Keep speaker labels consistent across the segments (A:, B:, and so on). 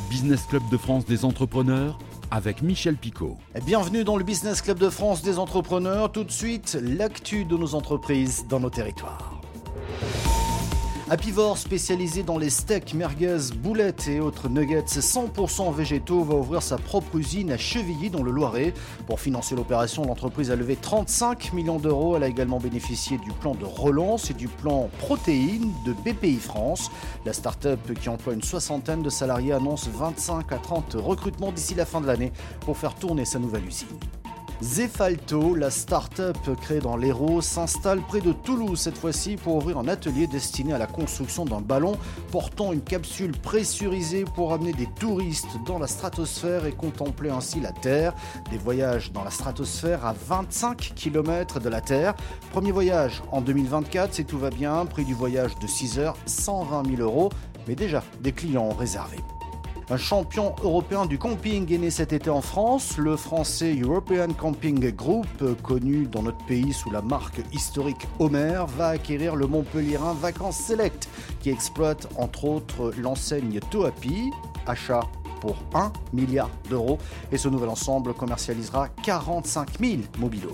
A: Business Club de France des entrepreneurs avec Michel Picot.
B: Bienvenue dans le Business Club de France des entrepreneurs. Tout de suite, l'actu de nos entreprises dans nos territoires. Happyvore, spécialisé dans les steaks, merguez, boulettes et autres nuggets 100% végétaux, va ouvrir sa propre usine à Chevilly dans le Loiret. Pour financer l'opération, l'entreprise a levé 35 millions d'euros. Elle a également bénéficié du plan de relance et du plan protéines de BPI France. La start-up, qui emploie une soixantaine de salariés, annonce 25 à 30 recrutements d'ici la fin de l'année pour faire tourner sa nouvelle usine. Zefalto, la start-up créée dans l'Hérault, s'installe près de Toulouse cette fois-ci pour ouvrir un atelier destiné à la construction d'un ballon portant une capsule pressurisée pour amener des touristes dans la stratosphère et contempler ainsi la Terre. Des voyages dans la stratosphère à 25 km de la Terre. Premier voyage en 2024, si tout va bien, prix du voyage de 6 heures, 120 000 euros, mais déjà des clients ont réservé. Un champion européen du camping est né cet été en France. Le français European Camping Group, connu dans notre pays sous la marque historique Homer, va acquérir le montpelliérain Vacances Select, qui exploite entre autres l'enseigne Toapi, achat pour 1 milliard d'euros. Et ce nouvel ensemble commercialisera 45 000 mobil-homes.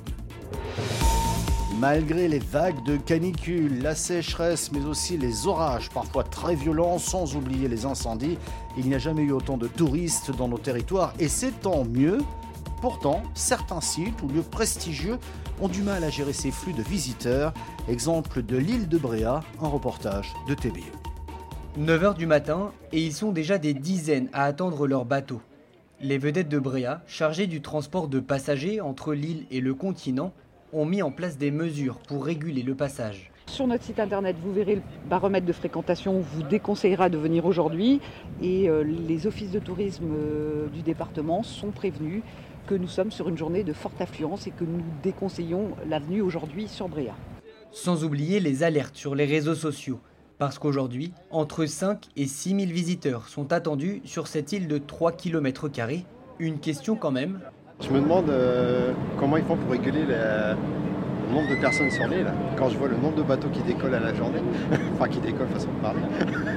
B: Malgré les vagues de canicule, la sécheresse, mais aussi les orages parfois très violents, sans oublier les incendies, il n'y a jamais eu autant de touristes dans nos territoires et c'est tant mieux. Pourtant, certains sites ou lieux prestigieux ont du mal à gérer ces flux de visiteurs. Exemple de l'île de Bréhat, un reportage de TBE.
C: 9h du matin et ils sont déjà des dizaines à attendre leur bateau. Les vedettes de Bréhat, chargées du transport de passagers entre l'île et le continent, ont mis en place des mesures pour réguler le passage.
D: Sur notre site internet, vous verrez le baromètre de fréquentation vous déconseillera de venir aujourd'hui et les offices de tourisme du département sont prévenus que nous sommes sur une journée de forte affluence et que nous déconseillons la venue aujourd'hui sur Bréhat.
C: Sans oublier les alertes sur les réseaux sociaux, parce qu'aujourd'hui, entre 5 et 6 000 visiteurs sont attendus sur cette île de 3 km². Une question quand même.
E: Je me demande comment ils font pour réguler le nombre de personnes sur l'île. Quand je vois le nombre de bateaux qui décollent à la journée, enfin qui décollent façon de parler.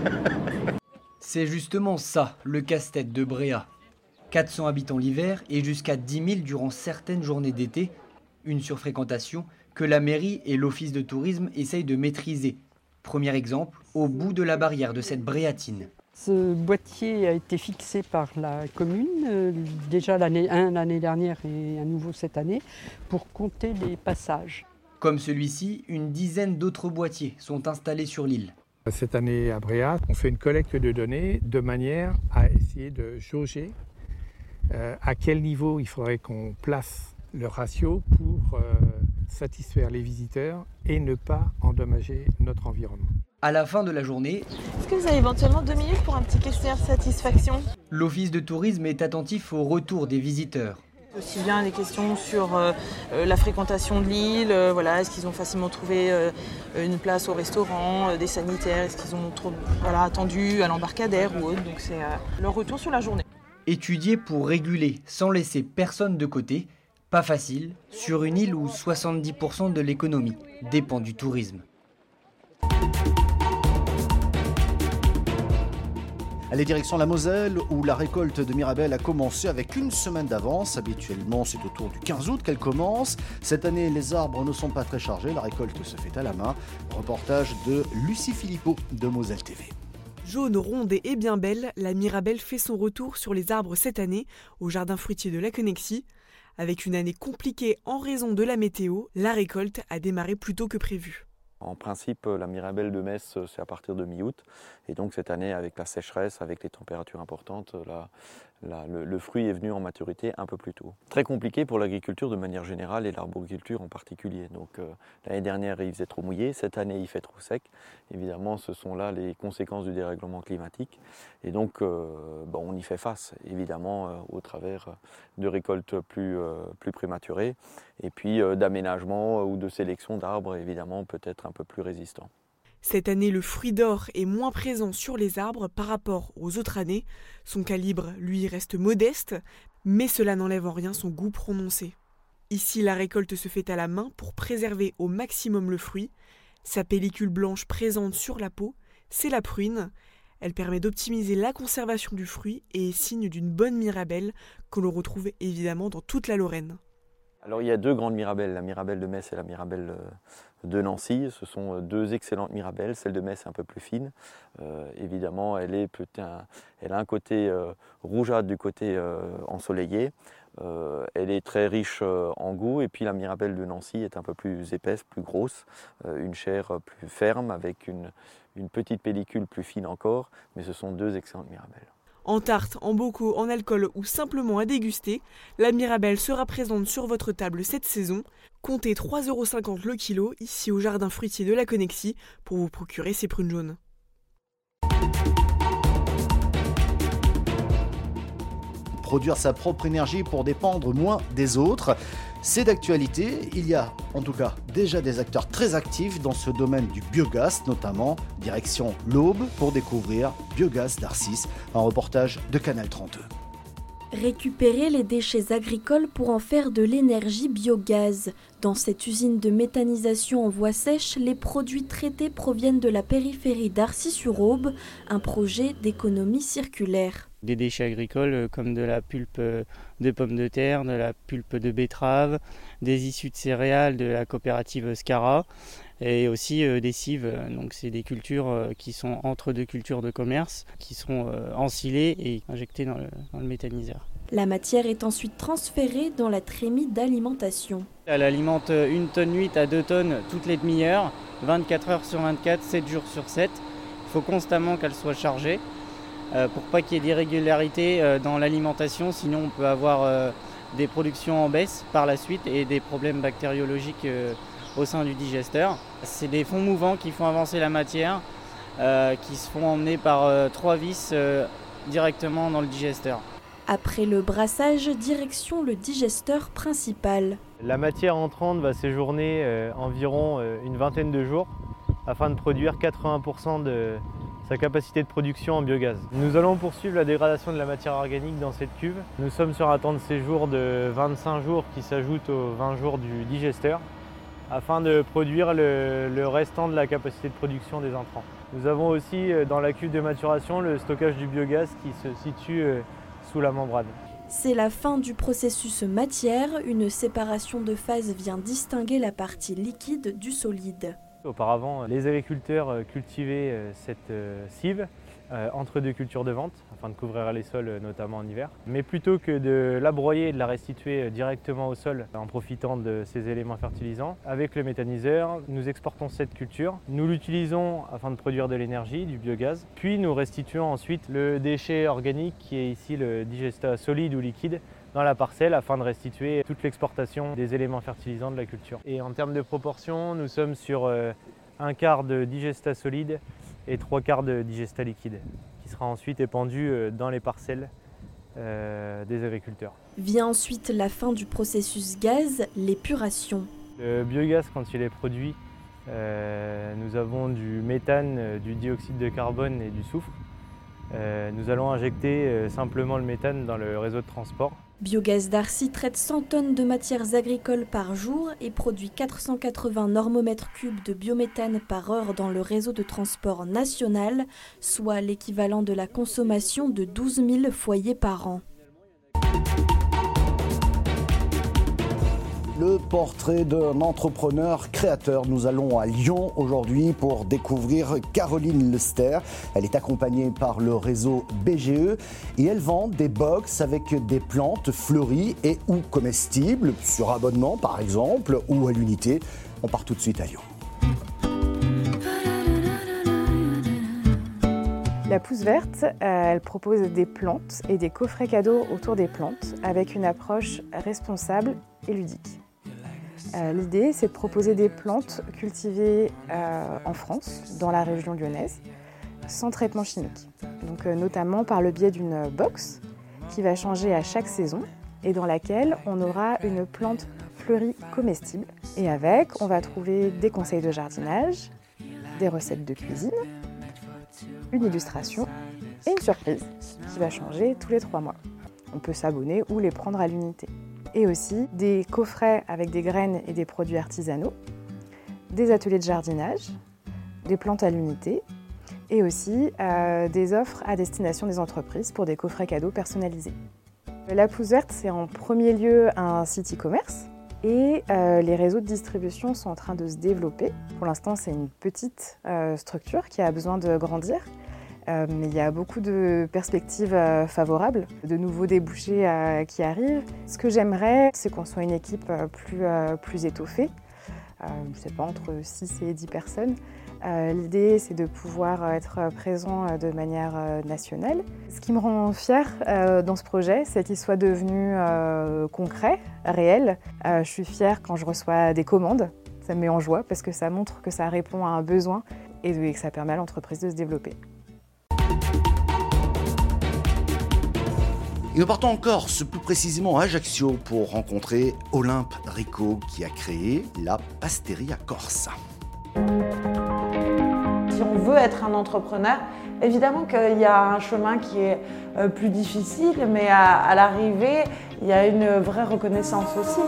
C: C'est justement ça, le casse-tête de Bréhat. 400 habitants l'hiver et jusqu'à 10 000 durant certaines journées d'été. Une surfréquentation que la mairie et l'office de tourisme essayent de maîtriser. Premier exemple, au bout de la barrière de cette bréhatine.
F: Ce boîtier a été fixé par la commune, déjà l'année dernière et à nouveau cette année, pour compter les passages.
C: Comme celui-ci, une dizaine d'autres boîtiers sont installés sur l'île.
G: Cette année à Bréhat, on fait une collecte de données de manière à essayer de jauger à quel niveau il faudrait qu'on place le ratio pour satisfaire les visiteurs et ne pas endommager notre environnement.
C: À la fin de la journée,
H: est-ce que vous avez éventuellement 2 minutes pour un petit questionnaire de satisfaction ?
C: L'office de tourisme est attentif au retour des visiteurs.
H: Aussi bien des questions sur la fréquentation de l'île, est-ce qu'ils ont facilement trouvé une place au restaurant, des sanitaires, est-ce qu'ils ont attendu à l'embarcadère ou autre, donc c'est leur retour sur la journée.
C: Étudier pour réguler sans laisser personne de côté, pas facile, sur une île où 70% de l'économie dépend du tourisme.
B: Allez, direction la Moselle, où la récolte de Mirabelle a commencé avec une semaine d'avance. Habituellement, c'est autour du 15 août qu'elle commence. Cette année, les arbres ne sont pas très chargés. La récolte se fait à la main. Reportage de Lucie Philippot de Moselle TV.
I: Jaune, ronde et bien belle, la Mirabelle fait son retour sur les arbres cette année au jardin fruitier de la Connexie. Avec une année compliquée en raison de la météo, la récolte a démarré plus tôt que prévu.
J: En principe, la Mirabelle de Metz, c'est à partir de mi-août. Et donc cette année, avec la sécheresse, avec les températures importantes, le fruit est venu en maturité un peu plus tôt. Très compliqué pour l'agriculture de manière générale et l'arboriculture en particulier. Donc l'année dernière, il faisait trop mouillé. Cette année, il fait trop sec. Évidemment, ce sont là les conséquences du dérèglement climatique. Et donc, on y fait face, évidemment, au travers de récoltes plus prématurées et puis d'aménagement ou de sélection d'arbres, évidemment, peut-être un peu plus résistants.
I: Cette année, le fruit d'or est moins présent sur les arbres par rapport aux autres années. Son calibre, lui, reste modeste, mais cela n'enlève en rien son goût prononcé. Ici, la récolte se fait à la main pour préserver au maximum le fruit. Sa pellicule blanche présente sur la peau, c'est la pruine. Elle permet d'optimiser la conservation du fruit et est signe d'une bonne mirabelle que l'on retrouve évidemment dans toute la Lorraine.
J: Alors il y a deux grandes mirabelles, la mirabelle de Metz et la mirabelle de Nancy. Ce sont deux excellentes mirabelles. Celle de Metz est un peu plus fine. Évidemment, elle a un côté rougeâtre du côté ensoleillé. Elle est très riche en goût. Et puis la mirabelle de Nancy est un peu plus épaisse, plus grosse, une chair plus ferme avec une petite pellicule plus fine encore. Mais ce sont deux excellentes mirabelles.
I: En tarte, en bocaux, en alcool ou simplement à déguster, la mirabelle sera présente sur votre table cette saison. Comptez 3,50 € le kilo ici au jardin fruitier de la Connexie pour vous procurer ces prunes jaunes.
B: Produire sa propre énergie pour dépendre moins des autres. C'est d'actualité, il y a en tout cas déjà des acteurs très actifs dans ce domaine du biogaz, notamment direction l'Aube pour découvrir Biogaz d'Arcis, un reportage de Canal 32.
K: Récupérer les déchets agricoles pour en faire de l'énergie biogaz. Dans cette usine de méthanisation en voie sèche, les produits traités proviennent de la périphérie d'Arcis-sur-Aube, un projet d'économie circulaire.
L: Des déchets agricoles comme de la pulpe de pommes de terre, de la pulpe de betterave, des issues de céréales de la coopérative Scara et aussi des cives. Donc c'est des cultures qui sont entre deux cultures de commerce, qui sont ensilées et injectées dans le méthaniseur.
K: La matière est ensuite transférée dans la trémie d'alimentation.
L: Elle alimente 1,8 tonne à 2 tonnes toutes les demi-heures, 24 heures sur 24, 7 jours sur 7. Il faut constamment qu'elle soit chargée pour pas qu'il y ait d'irrégularités dans l'alimentation, sinon on peut avoir des productions en baisse par la suite et des problèmes bactériologiques au sein du digesteur. C'est des fonds mouvants qui font avancer la matière, qui se font emmener par 3 vis directement dans le digesteur.
K: Après le brassage, direction le digesteur principal.
M: La matière entrante va séjourner environ une vingtaine de jours afin de produire 80% de sa capacité de production en biogaz. Nous allons poursuivre la dégradation de la matière organique dans cette cuve. Nous sommes sur un temps de séjour de 25 jours qui s'ajoute aux 20 jours du digesteur afin de produire le restant de la capacité de production des intrants. Nous avons aussi dans la cuve de maturation le stockage du biogaz qui se situe sous la membrane.
K: C'est la fin du processus matière. Une séparation de phase vient distinguer la partie liquide du solide.
M: Auparavant, les agriculteurs cultivaient cette cive entre deux cultures de vente afin de couvrir les sols, notamment en hiver. Mais plutôt que de la broyer et de la restituer directement au sol en profitant de ces éléments fertilisants, avec le méthaniseur, nous exportons cette culture. Nous l'utilisons afin de produire de l'énergie, du biogaz, puis nous restituons ensuite le déchet organique qui est ici le digestat solide ou liquide dans la parcelle afin de restituer toute l'exportation des éléments fertilisants de la culture. Et en termes de proportion, nous sommes sur un quart de digestat solide et 3/4 de digestat liquide qui sera ensuite épandu dans les parcelles des agriculteurs.
K: Vient ensuite la fin du processus gaz, l'épuration.
M: Le biogaz, quand il est produit, nous avons du méthane, du dioxyde de carbone et du soufre. Nous allons injecter simplement le méthane dans le réseau de transport.
K: Biogaz d'Arcis traite 100 tonnes de matières agricoles par jour et produit 480 normomètres cubes de biométhane par heure dans le réseau de transport national, soit l'équivalent de la consommation de 12 000 foyers par an.
B: Le portrait d'un entrepreneur créateur. Nous allons à Lyon aujourd'hui pour découvrir Caroline Lester. Elle est accompagnée par le réseau BGE et elle vend des box avec des plantes fleuries et ou comestibles, sur abonnement par exemple, ou à l'unité. On part tout de suite à Lyon.
N: La Pousse Verte, elle propose des plantes et des coffrets cadeaux autour des plantes avec une approche responsable et ludique. L'idée, c'est de proposer des plantes cultivées en France, dans la région lyonnaise, sans traitement chimique. Donc, notamment par le biais d'une box qui va changer à chaque saison et dans laquelle on aura une plante fleurie comestible. Et avec, on va trouver des conseils de jardinage, des recettes de cuisine, une illustration et une surprise qui va changer tous les 3 mois. On peut s'abonner ou les prendre à l'unité. Et aussi des coffrets avec des graines et des produits artisanaux, des ateliers de jardinage, des plantes à l'unité et aussi des offres à destination des entreprises pour des coffrets cadeaux personnalisés. La Pousse Verte, c'est en premier lieu un site e-commerce et les réseaux de distribution sont en train de se développer. Pour l'instant, c'est une petite structure qui a besoin de grandir. Mais il y a beaucoup de perspectives favorables, de nouveaux débouchés qui arrivent. Ce que j'aimerais, c'est qu'on soit une équipe plus étoffée, je ne sais pas, entre 6 et 10 personnes. L'idée, c'est de pouvoir être présent de manière nationale. Ce qui me rend fière dans ce projet, c'est qu'il soit devenu concret, réel. Je suis fière quand je reçois des commandes. Ça me met en joie parce que ça montre que ça répond à un besoin et que ça permet à l'entreprise de se développer.
B: Et nous partons en Corse, plus précisément à Ajaccio, pour rencontrer Olympe Rico qui a créé la Pasteria Corse.
O: Si on veut être un entrepreneur, évidemment qu'il y a un chemin qui est plus difficile, mais à l'arrivée, il y a une vraie reconnaissance aussi.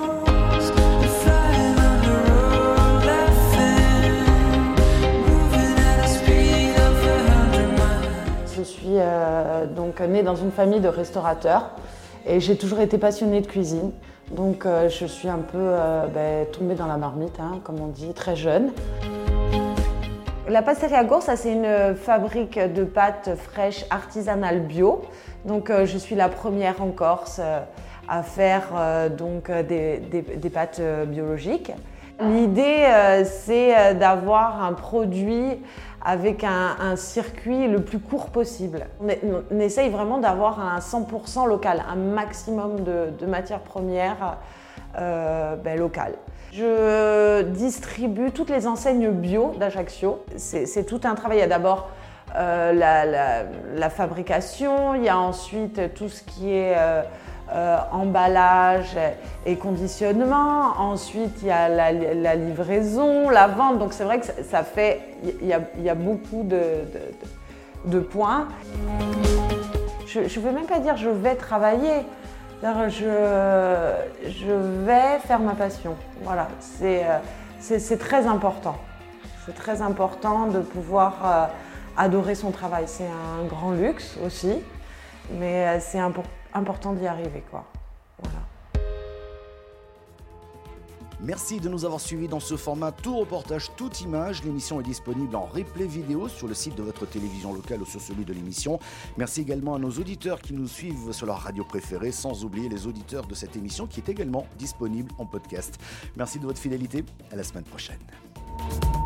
O: Je suis donc née dans une famille de restaurateurs et j'ai toujours été passionnée de cuisine. Donc je suis un peu tombée dans la marmite, comme on dit, très jeune. La Pasteria Corse, c'est une fabrique de pâtes fraîches artisanales bio. Donc je suis la première en Corse à faire des pâtes biologiques. L'idée, c'est d'avoir un produit avec un circuit le plus court possible. On essaye vraiment d'avoir un 100% local, un maximum de matières premières locales. Je distribue toutes les enseignes bio d'Ajaccio. C'est tout un travail. Il y a d'abord la fabrication, il y a ensuite tout ce qui est emballage et conditionnement. Ensuite, il y a la livraison, la vente. Donc c'est vrai que ça fait, il y a beaucoup de points. Je ne veux même pas dire je vais travailler. Je vais faire ma passion. Voilà, c'est très important. C'est très important de pouvoir adorer son travail. C'est un grand luxe aussi, mais c'est important d'y arriver, quoi. Voilà.
B: Merci de nous avoir suivis dans ce format tout reportage, toute image. L'émission est disponible en replay vidéo sur le site de votre télévision locale ou sur celui de l'émission. Merci également à nos auditeurs qui nous suivent sur leur radio préférée, sans oublier les auditeurs de cette émission qui est également disponible en podcast. Merci de votre fidélité, à la semaine prochaine.